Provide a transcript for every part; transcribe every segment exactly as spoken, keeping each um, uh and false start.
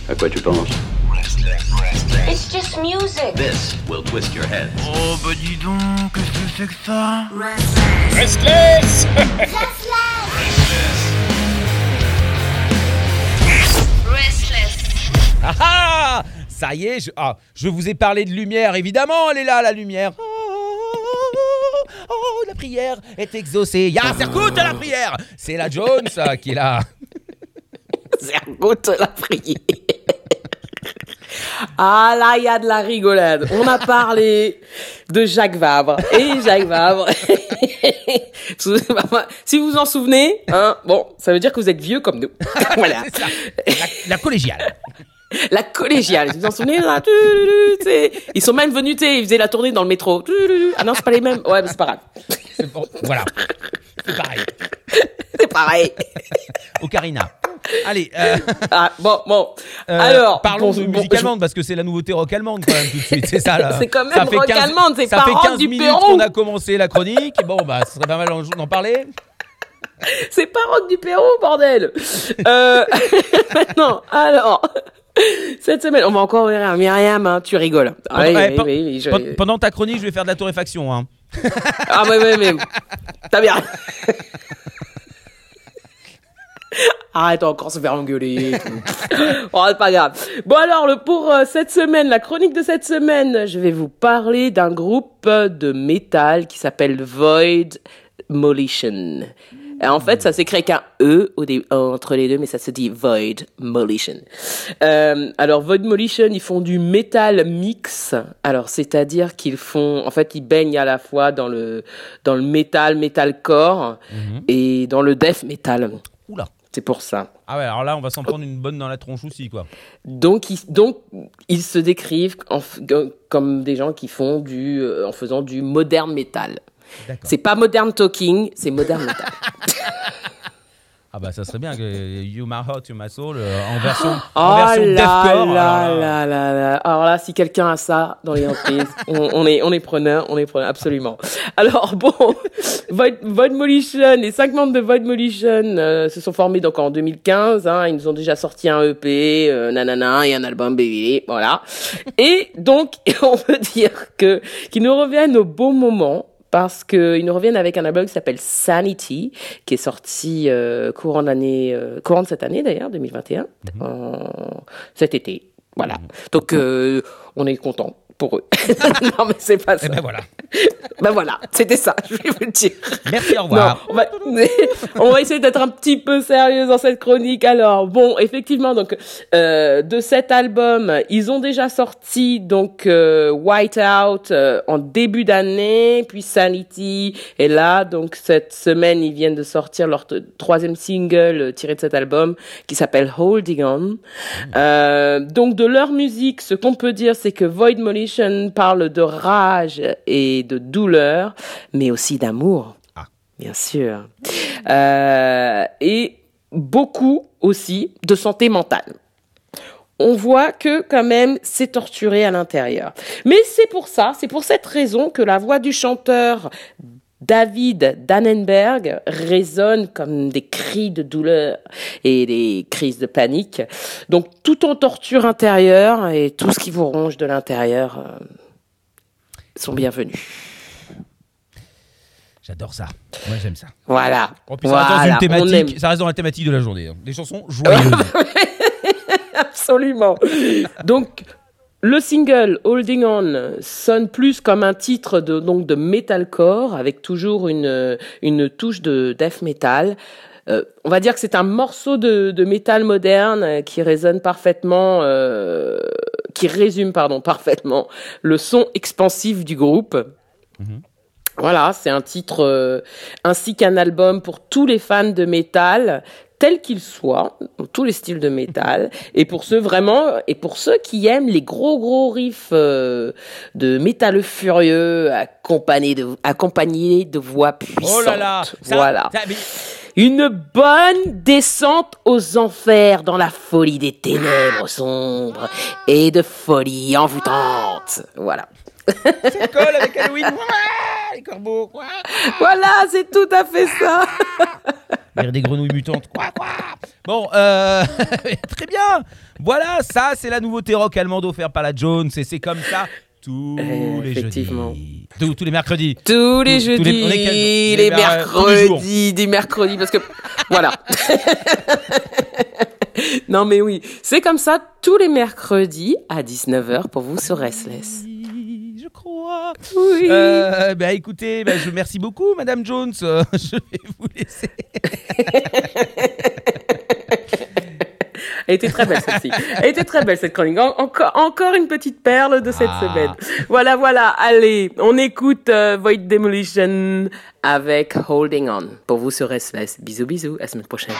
À quoi tu penses? It's just music. This will twist your head. Oh bah dis donc, qu'est-ce que c'est que ça? Restless. Restless. Ah ah, ça y est, je, ah, je vous ai parlé de lumière, évidemment, elle est là, la lumière. Oh, oh, la prière est exaucée. Ya, Sercoute la prière. C'est la Jones euh, qui est là. Sercoute la prière. Ah là, il y a de la rigolade. On a parlé de Jacques Vabre. Et Jacques Vabre, si vous vous en souvenez, hein, bon, ça veut dire que vous êtes vieux comme nous. Voilà. C'est ça. La, la collégiale. La collégiale, vous vous en souvenez là, ils sont même venus, tu sais, ils faisaient la tournée dans le métro. Ah non, c'est pas les mêmes. Ouais, mais c'est pas grave. C'est bon, voilà. C'est pareil. C'est pareil. Ocarina. Allez. Euh, ah, bon, bon. euh, Alors, parlons bon, de bon, musique je... allemande parce que c'est la nouveauté rock allemande quand même tout de suite. C'est ça là. C'est quand même ça fait rock quinze, allemande, c'est ça pas fait rock quinze du minutes Pérou. qu'on a commencé la chronique. Bon bah, ce serait pas mal d'en parler. C'est pas rock du Pérou, bordel. euh, maintenant, alors. Cette semaine, on va encore rire. Myriam, hein, tu rigoles. Pendant, oui, eh, oui, pe- oui, oui, je... pe- pendant ta chronique, je vais faire de la torréfaction. Hein. Ah oui, oui, mais t'as bien. Arrête encore se faire engueuler. Oh, c'est pas grave. Bon alors, le, pour euh, cette semaine, la chronique de cette semaine, je vais vous parler d'un groupe de métal qui s'appelle Void Molition. En fait, ça s'écrit avec un E au dé- entre les deux, mais ça se dit Void Molition. Euh, alors, Void Molition, ils font du metal mix. Alors, c'est-à-dire qu'ils font, en fait, ils baignent à la fois dans le dans le metal, metalcore, mm-hmm. et dans le death metal. Oula. C'est pour ça. Ah ouais, alors là, on va s'en prendre une bonne dans la tronche aussi, quoi. Donc, ils, donc, ils se décrivent en, comme des gens qui font du, euh, en faisant du modern metal. D'accord. C'est pas modern talking, c'est modern metal. Ah bah ça serait bien que You My Heart, You My Soul euh, en version, oh en version là deathcore. Là, là, là, là, là. Alors là, si quelqu'un a ça dans les entreprises, on, on est, on est preneur, on est preneur, absolument. Alors bon, Void, Void Molition, les cinq membres de Void Molition euh, se sont formés donc en deux mille quinze. Hein, ils nous ont déjà sorti un E P, euh, nanana, et un album, baby, voilà. Et donc, on peut dire que qu'ils nous reviennent au bon moment. Parce qu'ils nous reviennent avec un album qui s'appelle Sanity, qui est sorti euh, courant d'année, euh, courant de cette année d'ailleurs, deux mille vingt et un, mm-hmm. euh, cet été. Voilà. Mm-hmm. Donc euh, on est content pour eux. Non mais c'est pas ça. Et ben voilà. Ben voilà, c'était ça, je vais vous le dire. Merci, au revoir. Non, on, va, on va essayer d'être un petit peu sérieux dans cette chronique. Alors, bon, effectivement, donc euh, de cet album, ils ont déjà sorti donc euh, Whiteout euh, en début d'année, puis Sanity. Et là, donc cette semaine, ils viennent de sortir leur t- troisième single euh, tiré de cet album, qui s'appelle Holding On. Mmh. Euh, donc de leur musique, ce qu'on peut dire, c'est que Void Molition parle de rage et de douleur, mais aussi d'amour, ah. bien sûr. Euh, et beaucoup aussi de santé mentale. On voit que quand même c'est torturé à l'intérieur. Mais c'est pour ça, c'est pour cette raison que la voix du chanteur David Dannenberg résonne comme des cris de douleur et des crises de panique. Donc tout en torture intérieure et tout ce qui vous ronge de l'intérieur euh, sont bienvenus. J'adore ça. Moi, j'aime ça. Voilà. Oh, puis voilà. Ça reste dans une thématique. Ça reste dans la thématique de la journée. Hein. Des chansons joyeuses. Absolument. Donc, le single Holding On sonne plus comme un titre de donc de metalcore avec toujours une une touche de death metal. Euh, on va dire que c'est un morceau de, de métal moderne qui résonne parfaitement, euh, qui résume pardon parfaitement le son expansif du groupe. Mm-hmm. Voilà, c'est un titre euh, ainsi qu'un album pour tous les fans de métal, tels qu'ils soient, dans tous les styles de métal, et pour ceux vraiment, et pour ceux qui aiment les gros gros riffs euh, de métal furieux, accompagnés de, accompagnés de voix puissantes. Oh là là, ça, voilà. Ça, mais... Une bonne descente aux enfers dans la folie des ténèbres sombres et de folie envoûtante. Voilà. C'est colle avec Halloween. Les corbeaux. Voilà, c'est tout à fait ça. Rire des grenouilles mutantes. Quoi, quoi. Bon, euh, très bien. Voilà, ça, c'est la nouveauté rock allemande offerte par la Jones. Et c'est comme ça tous Euh, les effectivement. jeudis. Tous, tous les mercredis. Tous les Tous- tous jeudis, les- on est quel- les, les- euh, tous les jours. mercredis, des mercredis, parce que voilà. Non mais oui, c'est comme ça tous les mercredis à dix-neuf heures pour vous sur Restless. Je crois. Oui. Euh, bah écoutez, bah, je merci beaucoup, Madame Jones. Euh, je vais vous laisser. Elle était très belle celle-ci. Elle était très belle cette chronique. En- encore, encore une petite perle de cette Ah. semaine. Voilà, voilà. Allez, on écoute euh, Void Demolition avec Holding On pour vous sur Restless. Bisous, bisous. À la semaine prochaine.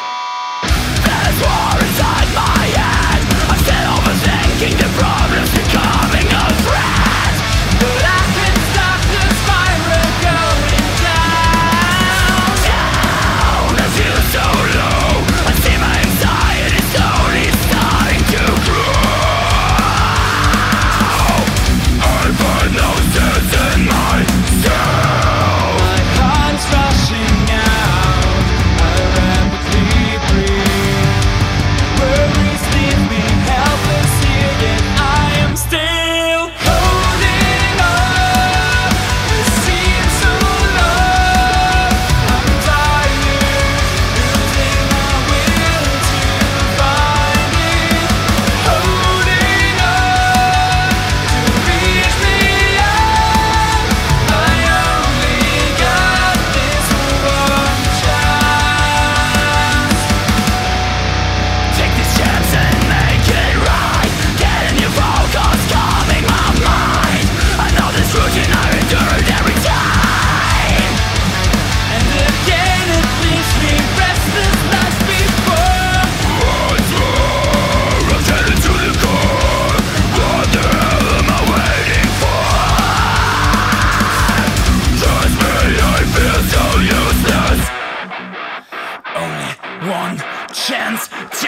One chance to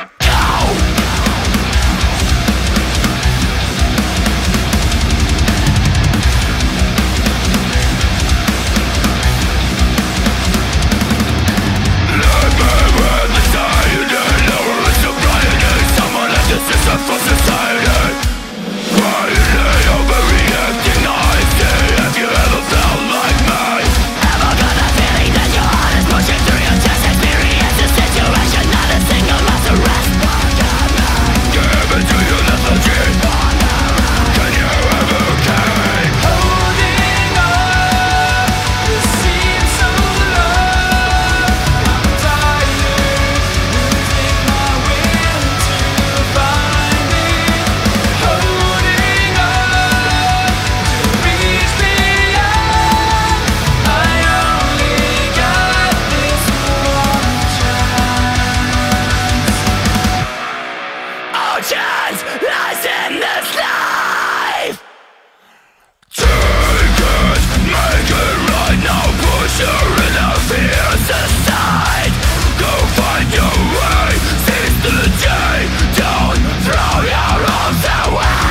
chance lies in this life. Take it, make it right now. Push your inner fears aside. Go find your way. Seize the day. Don't throw your arms away.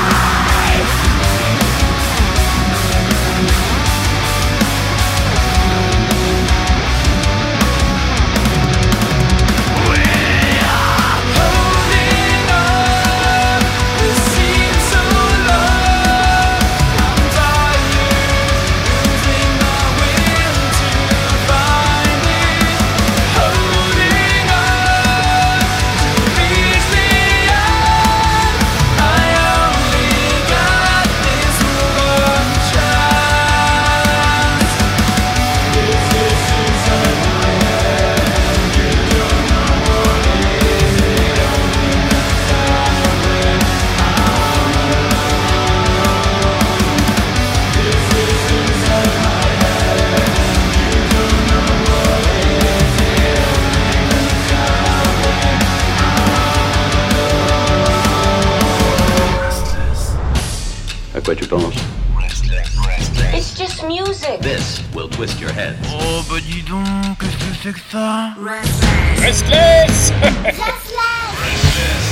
À quoi tu penses? It's just music. This will twist your head. Oh bah dis donc, qu'est-ce que c'est que ça? Restless. Restless!